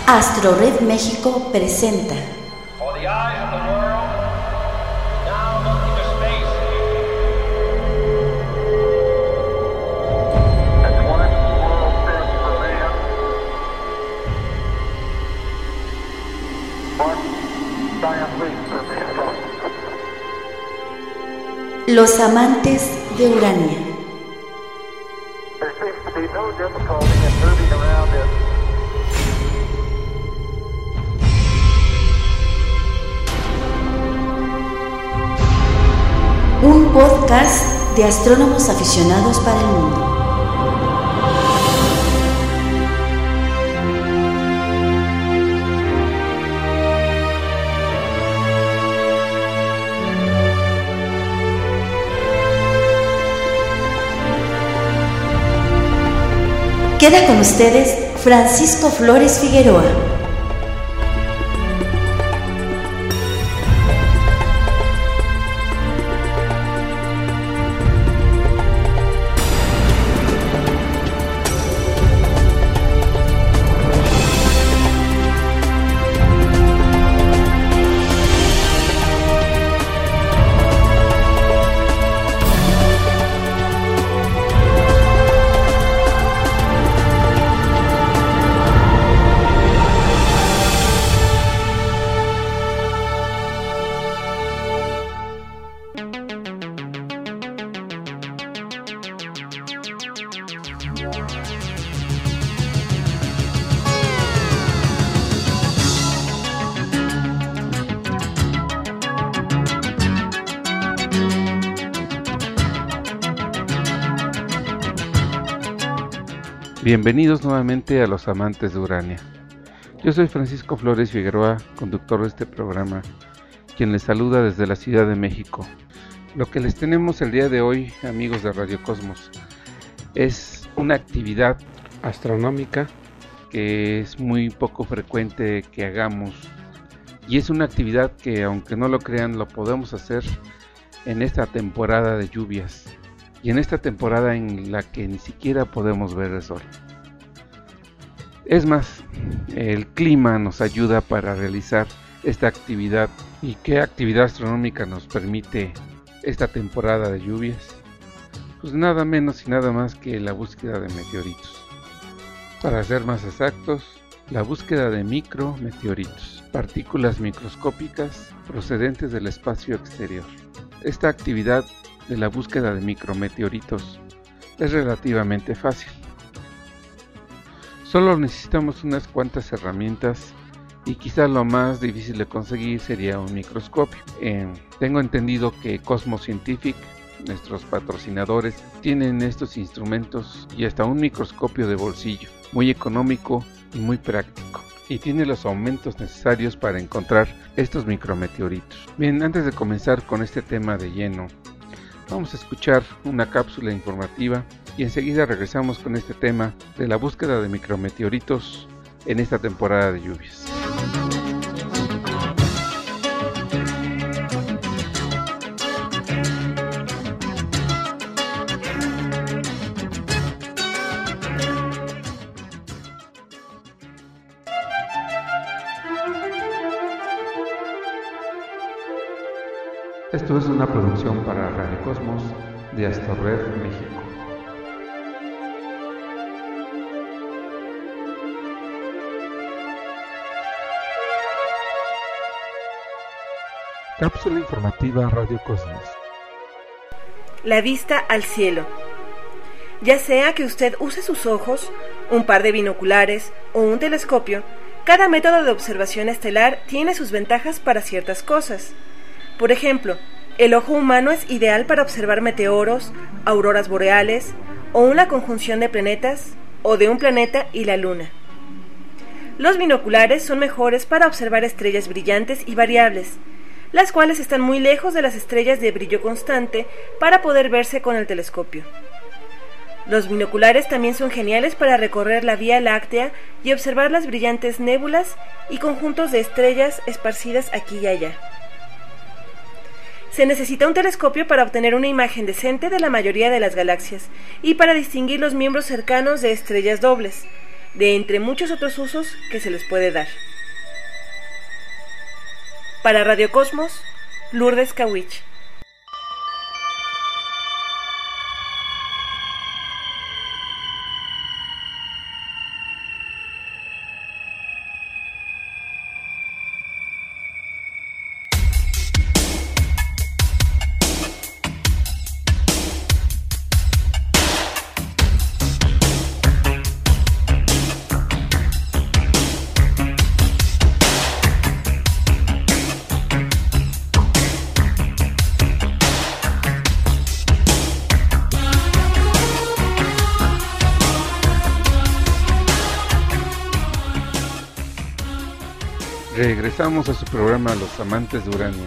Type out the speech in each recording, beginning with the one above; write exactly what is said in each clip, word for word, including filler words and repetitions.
Astrored México presenta For the eyes of the world, now look into space. That's one small step for man, one giant leap for mankind. Los amantes de Urania. There seems to be no difficulty in moving around this. Un podcast de astrónomos aficionados para el mundo. Queda con ustedes Francisco Flores Figueroa. Bienvenidos nuevamente a Los Amantes de Urania. Yo soy Francisco Flores Figueroa, conductor de este programa, quien les saluda desde la Ciudad de México. Lo que les tenemos el día de hoy, amigos de Radio Cosmos, es una actividad astronómica que es muy poco frecuente que hagamos, y es una actividad que, aunque no lo crean, lo podemos hacer en esta temporada de lluvias. Y en esta temporada en la que ni siquiera podemos ver el sol. Es más, el clima nos ayuda para realizar esta actividad. ¿Y qué actividad astronómica nos permite esta temporada de lluvias? Pues nada menos y nada más que la búsqueda de meteoritos. Para ser más exactos, la búsqueda de micrometeoritos, partículas microscópicas procedentes del espacio exterior. Esta actividad de la búsqueda de micrometeoritos es relativamente fácil. Solo necesitamos unas cuantas herramientas y quizá lo más difícil de conseguir sería un microscopio. Eh, tengo entendido que Cosmos Scientific, nuestros patrocinadores, tienen estos instrumentos y hasta un microscopio de bolsillo, muy económico y muy práctico. Y tiene los aumentos necesarios para encontrar estos micrometeoritos. Bien, antes de comenzar con este tema de lleno, vamos a escuchar una cápsula informativa y enseguida regresamos con este tema de la búsqueda de micrometeoritos en esta temporada de lluvias. Esto es una producción para Radio Cosmos de Astrored México. Cápsula informativa Radio Cosmos. La vista al cielo. Ya sea que usted use sus ojos, un par de binoculares o un telescopio, cada método de observación estelar tiene sus ventajas para ciertas cosas. Por ejemplo, el ojo humano es ideal para observar meteoros, auroras boreales o una conjunción de planetas o de un planeta y la luna. Los binoculares son mejores para observar estrellas brillantes y variables, las cuales están muy lejos de las estrellas de brillo constante para poder verse con el telescopio. Los binoculares también son geniales para recorrer la Vía Láctea y observar las brillantes nébulas y conjuntos de estrellas esparcidas aquí y allá. Se necesita un telescopio para obtener una imagen decente de la mayoría de las galaxias y para distinguir los miembros cercanos de estrellas dobles. de entre muchos otros usos que se les puede dar. Para Radio Cosmos, Lourdes Kawich. Regresamos a su programa Los Amantes de Urania.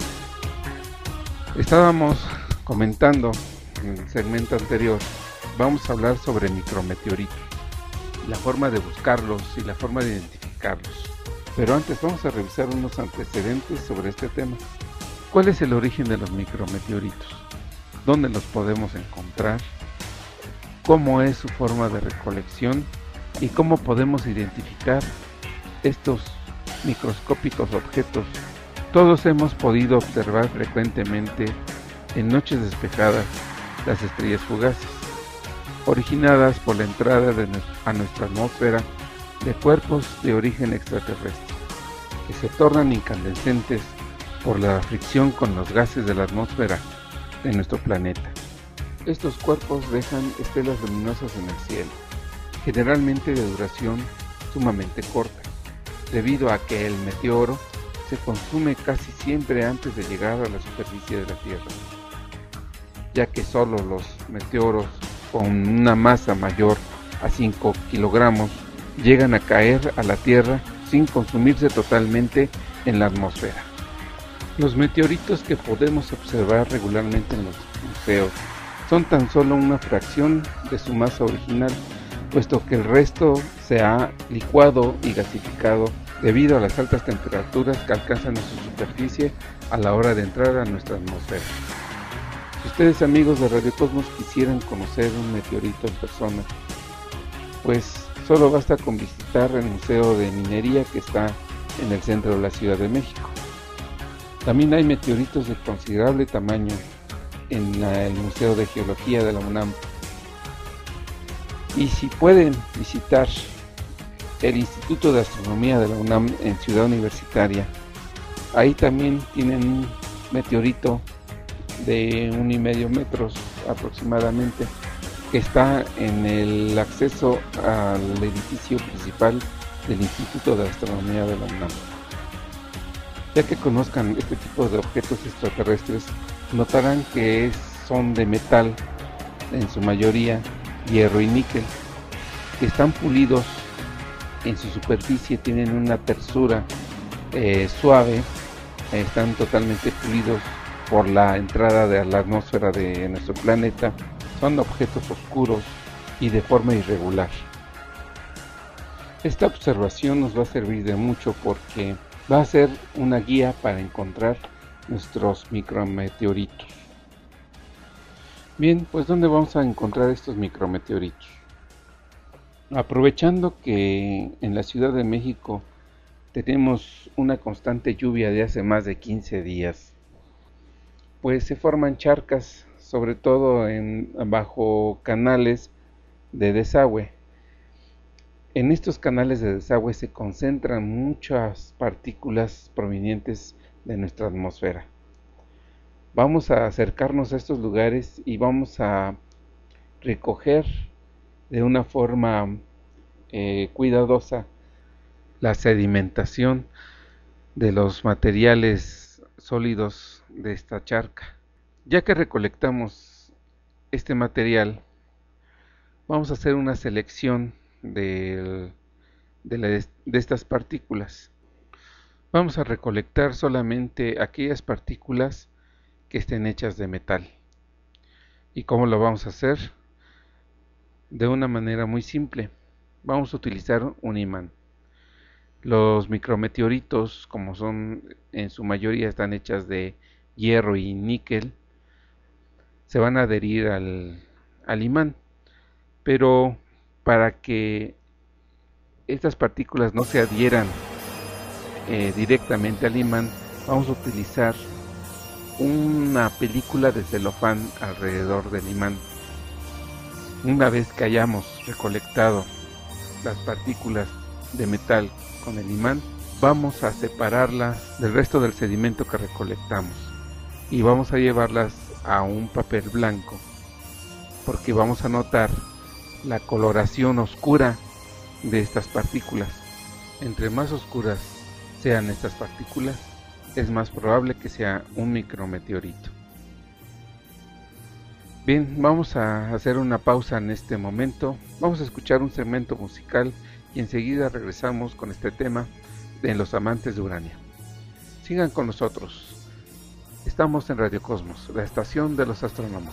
Estábamos comentando en el segmento anterior, vamos a hablar sobre micrometeoritos, la forma de buscarlos y la forma de identificarlos. Pero antes vamos a revisar unos antecedentes sobre este tema. ¿Cuál es el origen de los micrometeoritos? ¿Dónde los podemos encontrar? ¿Cómo es su forma de recolección? ¿Y cómo podemos identificar estos microscópicos objetos? Todos hemos podido observar frecuentemente en noches despejadas las estrellas fugaces, originadas por la entrada de nu- a nuestra atmósfera de cuerpos de origen extraterrestre, que se tornan incandescentes por la fricción con los gases de la atmósfera de nuestro planeta. Estos cuerpos dejan estelas luminosas en el cielo, generalmente de duración sumamente corta, debido a que el meteoro se consume casi siempre antes de llegar a la superficie de la Tierra, ya que solo los meteoros con una masa mayor a cinco kilogramos llegan a caer a la Tierra sin consumirse totalmente en la atmósfera. Los meteoritos que podemos observar regularmente en los museos son tan solo una fracción de su masa original, puesto que el resto se ha licuado y gasificado debido a las altas temperaturas que alcanzan en su superficie a la hora de entrar a nuestra atmósfera. Si ustedes, amigos de Radio Cosmos, quisieran conocer un meteorito en persona, pues solo basta con visitar el Museo de Minería que está en el centro de la Ciudad de México. También hay meteoritos de considerable tamaño en la, el Museo de Geología de la UNAM. Y si pueden visitar el Instituto de Astronomía de la UNAM en Ciudad Universitaria, ahí también tienen un meteorito de un y medio metros aproximadamente, que está en el acceso al edificio principal del Instituto de Astronomía de la UNAM. Ya que conozcan este tipo de objetos extraterrestres, notarán que es, son de metal, en su mayoría hierro y níquel, que están pulidos en su superficie, tienen una tersura eh, suave, eh, están totalmente pulidos por la entrada de la atmósfera de nuestro planeta, son objetos oscuros y de forma irregular. Esta observación nos va a servir de mucho porque va a ser una guía para encontrar nuestros micrometeoritos. Bien, pues ¿dónde vamos a encontrar estos micrometeoritos? Aprovechando que en la Ciudad de México tenemos una constante lluvia de hace más de quince días, pues se forman charcas, sobre todo en, bajo canales de desagüe. En estos canales de desagüe se concentran muchas partículas provenientes de nuestra atmósfera. Vamos a acercarnos a estos lugares y vamos a recoger de una forma eh, cuidadosa la sedimentación de los materiales sólidos de esta charca. Ya que recolectamos este material, vamos a hacer una selección de, de, la, de estas partículas. Vamos a recolectar solamente aquellas partículas que estén hechas de metal. ¿Y cómo lo vamos a hacer? De una manera muy simple. Vamos a utilizar un imán. Los micrometeoritos, como son en su mayoría están hechas de hierro y níquel, se van a adherir al, al imán. Pero para que estas partículas no se adhieran eh, directamente al imán, vamos a utilizar una película de celofán alrededor del imán. Una vez que hayamos recolectado las partículas de metal con el imán, vamos a separarlas del resto del sedimento que recolectamos y vamos a llevarlas a un papel blanco, porque vamos a notar la coloración oscura de estas partículas. Entre más oscuras sean estas partículas, es más probable que sea un micrometeorito. Bien, vamos a hacer una pausa en este momento, vamos a escuchar un segmento musical y enseguida regresamos con este tema de los amantes de Urania. Sigan con nosotros, estamos en Radio Cosmos, la estación de los astrónomos.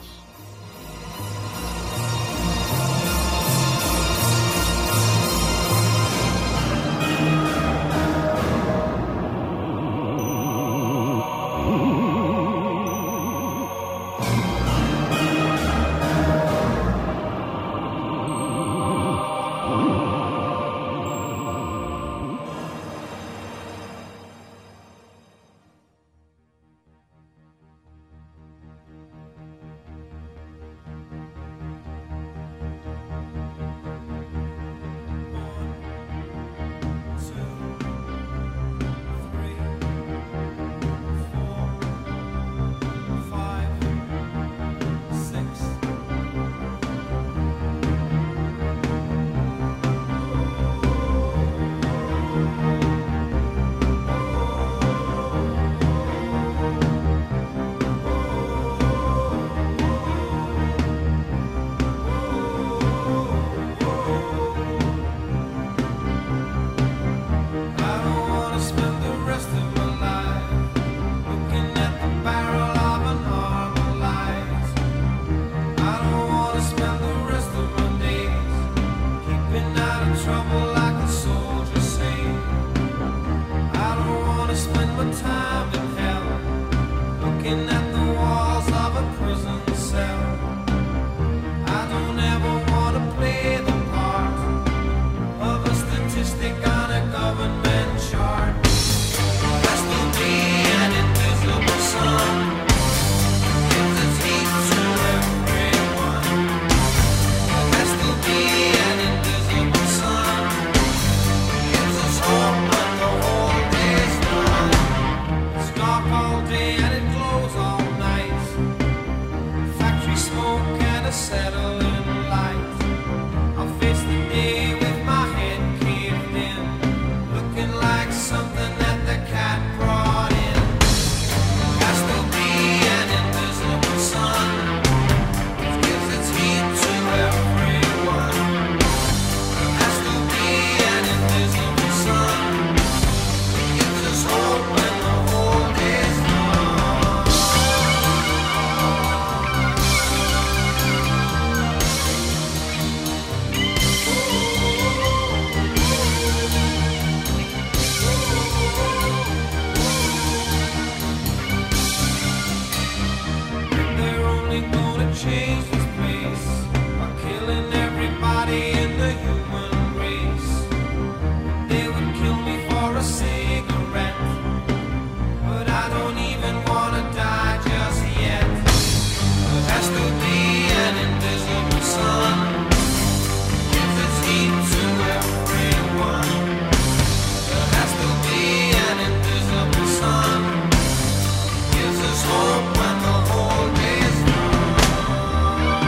Hope when the whole day's done.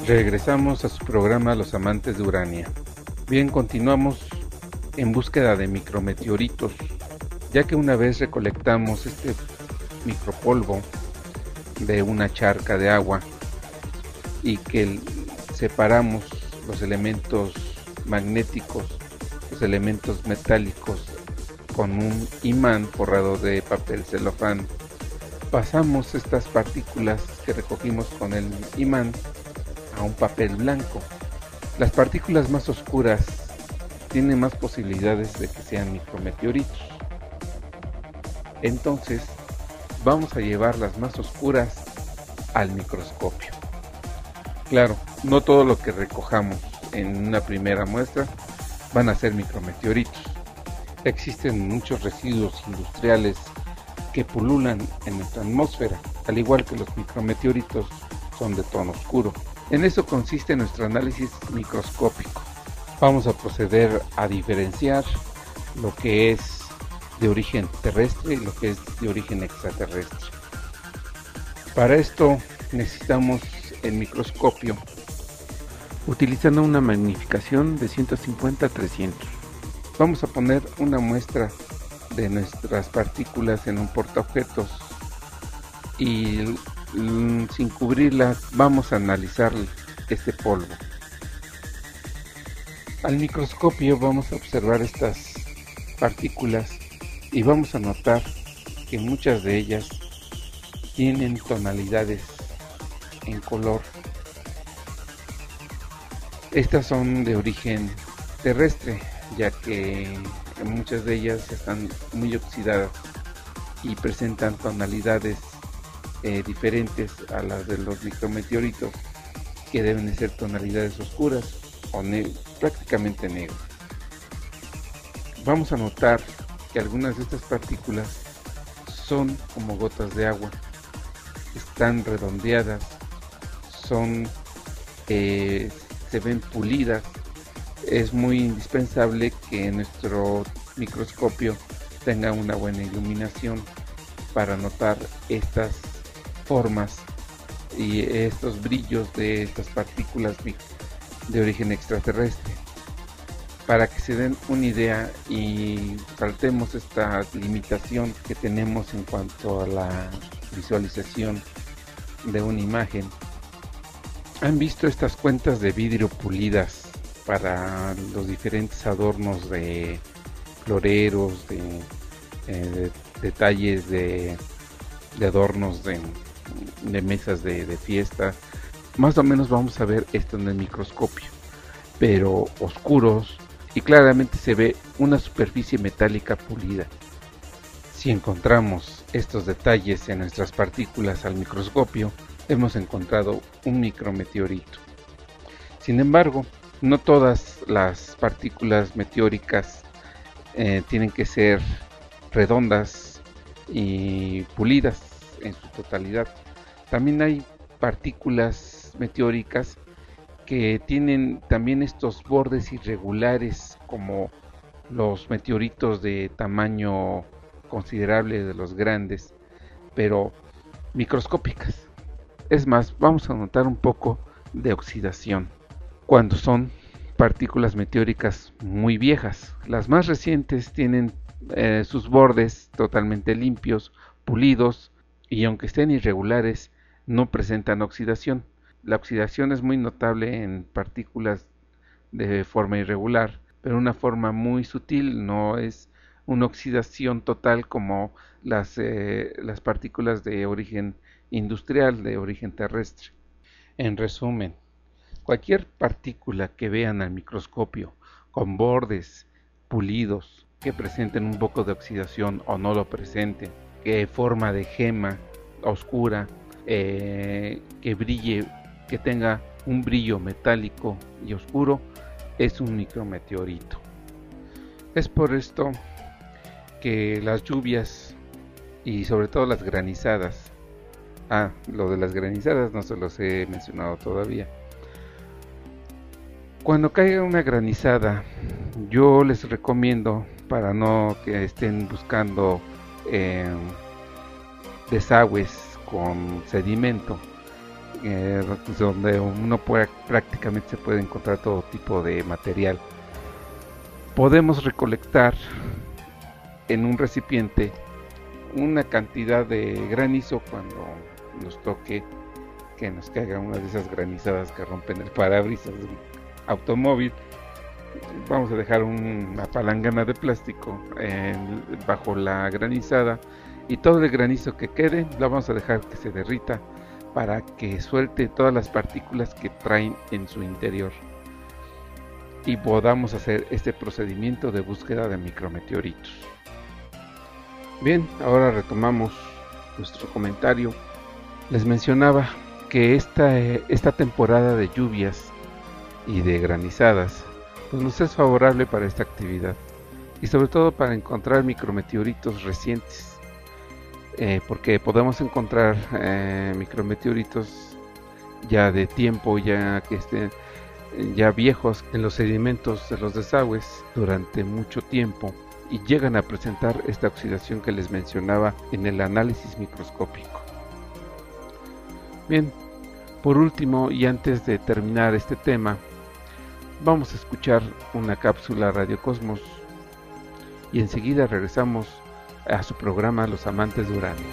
Regresamos a su programa Los Amantes de Urania. Bien, continuamos en búsqueda de micrometeoritos, ya que una vez recolectamos este micropolvo de una charca de agua y que separamos los elementos magnéticos, los elementos metálicos con un imán forrado de papel celofán, pasamos estas partículas que recogimos con el imán a un papel blanco. Las partículas más oscuras tienen más posibilidades de que sean micrometeoritos. Entonces vamos a llevar las más oscuras al microscopio. Claro, no todo lo que recojamos en una primera muestra van a ser micrometeoritos. Existen muchos residuos industriales que pululan en nuestra atmósfera, al igual que los micrometeoritos son de tono oscuro. En eso consiste nuestro análisis microscópico. Vamos a proceder a diferenciar lo que es de origen terrestre y lo que es de origen extraterrestre. Para esto necesitamos el microscopio utilizando una magnificación de ciento cincuenta a trescientos. Vamos a poner una muestra de nuestras partículas en un portaobjetos y sin cubrirlas vamos a analizar este polvo. Al microscopio vamos a observar estas partículas y vamos a notar que muchas de ellas tienen tonalidades en color. Estas son de origen terrestre, ya que muchas de ellas están muy oxidadas y presentan tonalidades eh, diferentes a las de los micrometeoritos, que deben de ser tonalidades oscuras o ne- prácticamente negras. Vamos a notar que algunas de estas partículas son como gotas de agua, están redondeadas, son eh, se ven pulidas. Es muy indispensable que nuestro microscopio tenga una buena iluminación para notar estas formas y estos brillos de estas partículas de origen extraterrestre. Para que se den una idea y saltemos esta limitación que tenemos en cuanto a la visualización de una imagen, ¿han visto estas cuentas de vidrio pulidas para los diferentes adornos de floreros, de, eh, de detalles de, de adornos de, de mesas de, de fiesta? Más o menos vamos a ver esto en el microscopio, pero oscuros, y claramente se ve una superficie metálica pulida. Si encontramos estos detalles en nuestras partículas al microscopio, hemos encontrado un micrometeorito. Sin embargo, no todas las partículas meteóricas eh, tienen que ser redondas y pulidas en su totalidad. También hay partículas meteóricas que tienen también estos bordes irregulares, como los meteoritos de tamaño considerable de los grandes, pero microscópicas. Es más, vamos a notar un poco de oxidación cuando son partículas meteóricas muy viejas. Las más recientes tienen eh, sus bordes totalmente limpios, pulidos, y aunque estén irregulares, no presentan oxidación. La oxidación es muy notable en partículas de forma irregular, pero una forma muy sutil, no es una oxidación total como las, eh, las partículas de origen industrial, de origen terrestre. En resumen, cualquier partícula que vean al microscopio con bordes pulidos, que presenten un poco de oxidación o no lo presenten, que forma de gema oscura, eh, que brille, que tenga un brillo metálico y oscuro, es un micrometeorito. Es por esto que las lluvias y sobre todo las granizadas, ah, lo de las granizadas no se los he mencionado todavía. Cuando caiga una granizada, yo les recomiendo, para no que estén buscando eh, desagües con sedimento, eh, donde uno puede, prácticamente se puede encontrar todo tipo de material. Podemos recolectar en un recipiente una cantidad de granizo cuando nos toque que nos caiga una de esas granizadas que rompen el parabrisas de un automóvil. Vamos a dejar una palangana de plástico en, bajo la granizada, y todo el granizo que quede lo vamos a dejar que se derrita para que suelte todas las partículas que traen en su interior, y podamos hacer este procedimiento de búsqueda de micrometeoritos. Bien, ahora retomamos nuestro comentario. Les mencionaba que esta, esta temporada de lluvias y de granizadas pues nos es favorable para esta actividad, y sobre todo para encontrar micrometeoritos recientes, eh, porque podemos encontrar eh, micrometeoritos ya de tiempo, ya que estén ya viejos en los sedimentos de los desagües durante mucho tiempo, y llegan a presentar esta oxidación que les mencionaba en el análisis microscópico. Bien, por último y antes de terminar este tema, vamos a escuchar una cápsula Radio Cosmos y enseguida regresamos a su programa Los Amantes de Uranio.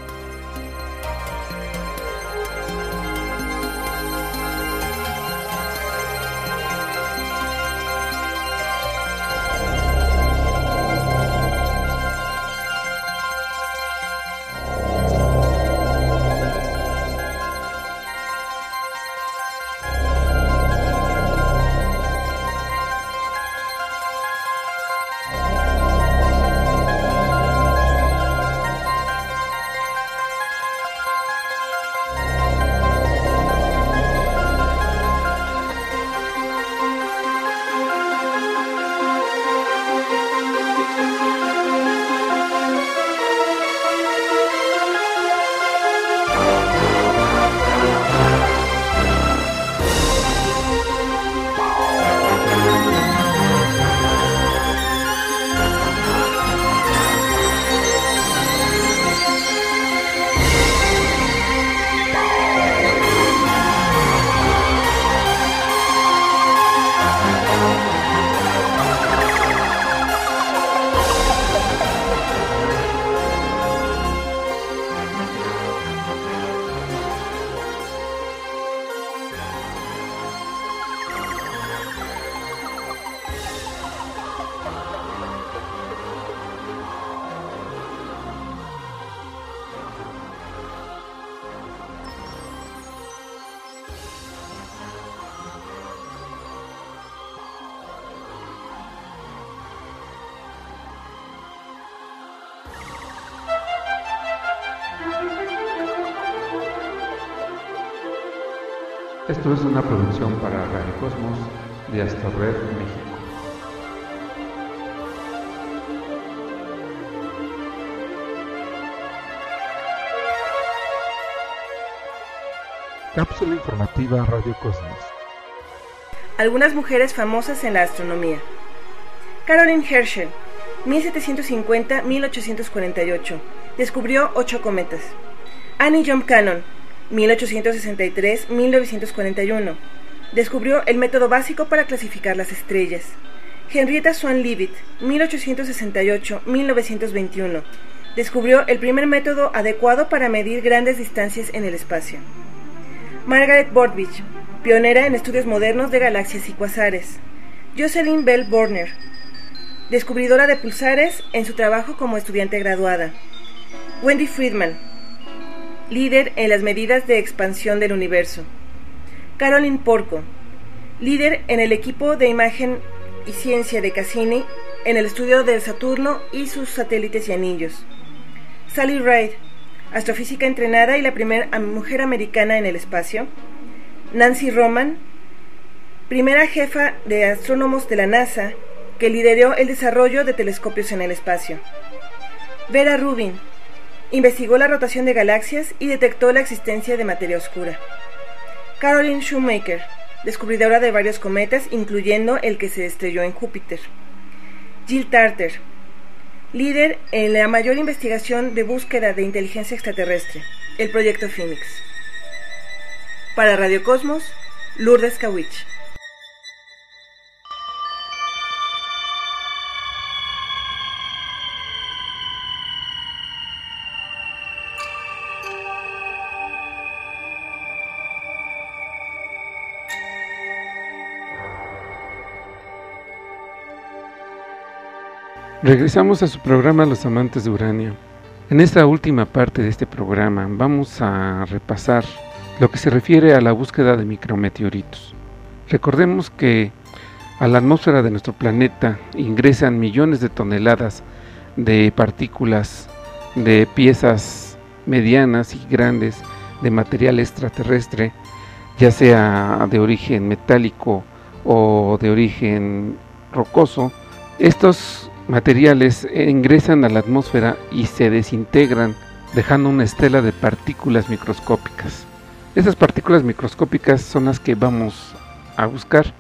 Esto es una producción para Radio Cosmos de Astorred, México. Cápsula informativa Radio Cosmos. Algunas mujeres famosas en la astronomía. Caroline Herschel, mil setecientos cincuenta a mil ochocientos cuarenta y ocho, descubrió ocho cometas. Annie Jump Cannon, mil ochocientos sesenta y tres a mil novecientos cuarenta y uno, descubrió el método básico para clasificar las estrellas. Henrietta Swan Leavitt, mil ochocientos sesenta y ocho a mil novecientos veintiuno, descubrió el primer método adecuado para medir grandes distancias en el espacio. Margaret Bordwich, pionera en estudios modernos de galaxias y cuasares. Jocelyn Bell Borner, descubridora de pulsares en su trabajo como estudiante graduada. Wendy Friedman, líder en las medidas de expansión del universo. Caroline Porco, líder en el equipo de imagen y ciencia de Cassini en el estudio del Saturno y sus satélites y anillos. Sally Ride, astrofísica entrenada y la primera mujer americana en el espacio. Nancy Roman, primera jefa de astrónomos de la NASA que lideró el desarrollo de telescopios en el espacio. Vera Rubin, investigó la rotación de galaxias y detectó la existencia de materia oscura. Caroline Shoemaker, descubridora de varios cometas, incluyendo el que se estrelló en Júpiter. Jill Tarter, líder en la mayor investigación de búsqueda de inteligencia extraterrestre, el Proyecto Phoenix. Para Radio Cosmos, Lourdes Kawich. Regresamos a su programa Los Amantes de Uranio. En esta última parte de este programa vamos a repasar lo que se refiere a la búsqueda de micrometeoritos. Recordemos que a la atmósfera de nuestro planeta ingresan millones de toneladas de partículas, de piezas medianas y grandes de material extraterrestre, ya sea de origen metálico o de origen rocoso. Estos materiales ingresan a la atmósfera y se desintegran, dejando una estela de partículas microscópicas. Estas partículas microscópicas son las que vamos a buscar,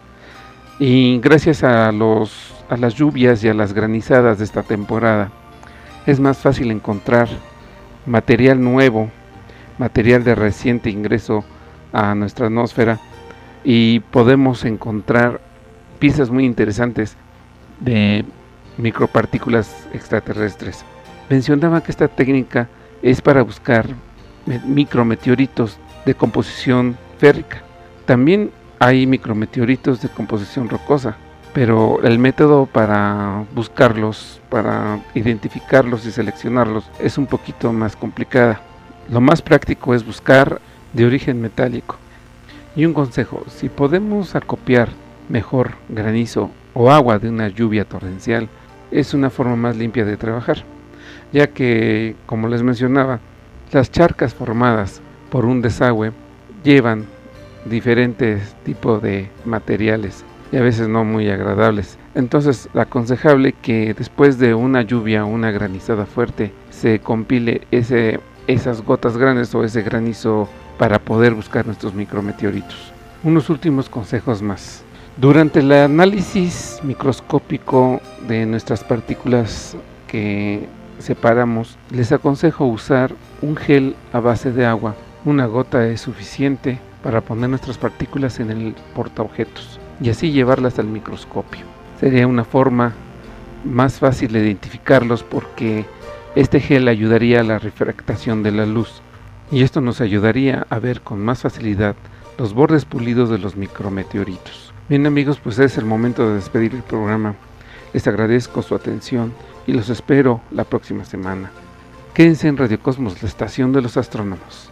y gracias a, los, a las lluvias y a las granizadas de esta temporada es más fácil encontrar material nuevo, material de reciente ingreso a nuestra atmósfera, y podemos encontrar piezas muy interesantes de micropartículas extraterrestres. Mencionaba que esta técnica es para buscar micrometeoritos de composición férrica. También hay micrometeoritos de composición rocosa, pero el método para buscarlos, para identificarlos y seleccionarlos es un poquito más complicada. Lo más práctico es buscar de origen metálico. Y un consejo: si podemos acopiar mejor granizo o agua de una lluvia torrencial, es una forma más limpia de trabajar, ya que, como les mencionaba, las charcas formadas por un desagüe llevan diferentes tipos de materiales y a veces no muy agradables. Entonces, aconsejable que después de una lluvia o una granizada fuerte se compile ese, esas gotas grandes o ese granizo para poder buscar nuestros micrometeoritos. Unos últimos consejos más. Durante el análisis microscópico de nuestras partículas que separamos, les aconsejo usar un gel a base de agua. Una gota es suficiente para poner nuestras partículas en el portaobjetos y así llevarlas al microscopio. Sería una forma más fácil de identificarlos, porque este gel ayudaría a la refractación de la luz, y esto nos ayudaría a ver con más facilidad los bordes pulidos de los micrometeoritos. Bien amigos, pues es el momento de despedir el programa. Les agradezco su atención y los espero la próxima semana. Quédense en Radio Cosmos, la estación de los astrónomos.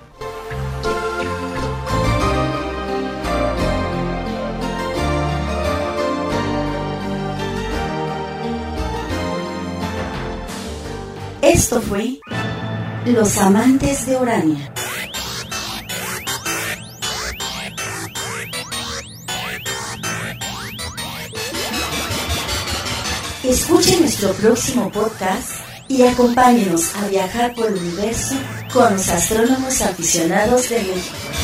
Esto fue Los Amantes de Urania. Escuche nuestro próximo podcast y acompáñenos a viajar por el universo con los astrónomos aficionados de México.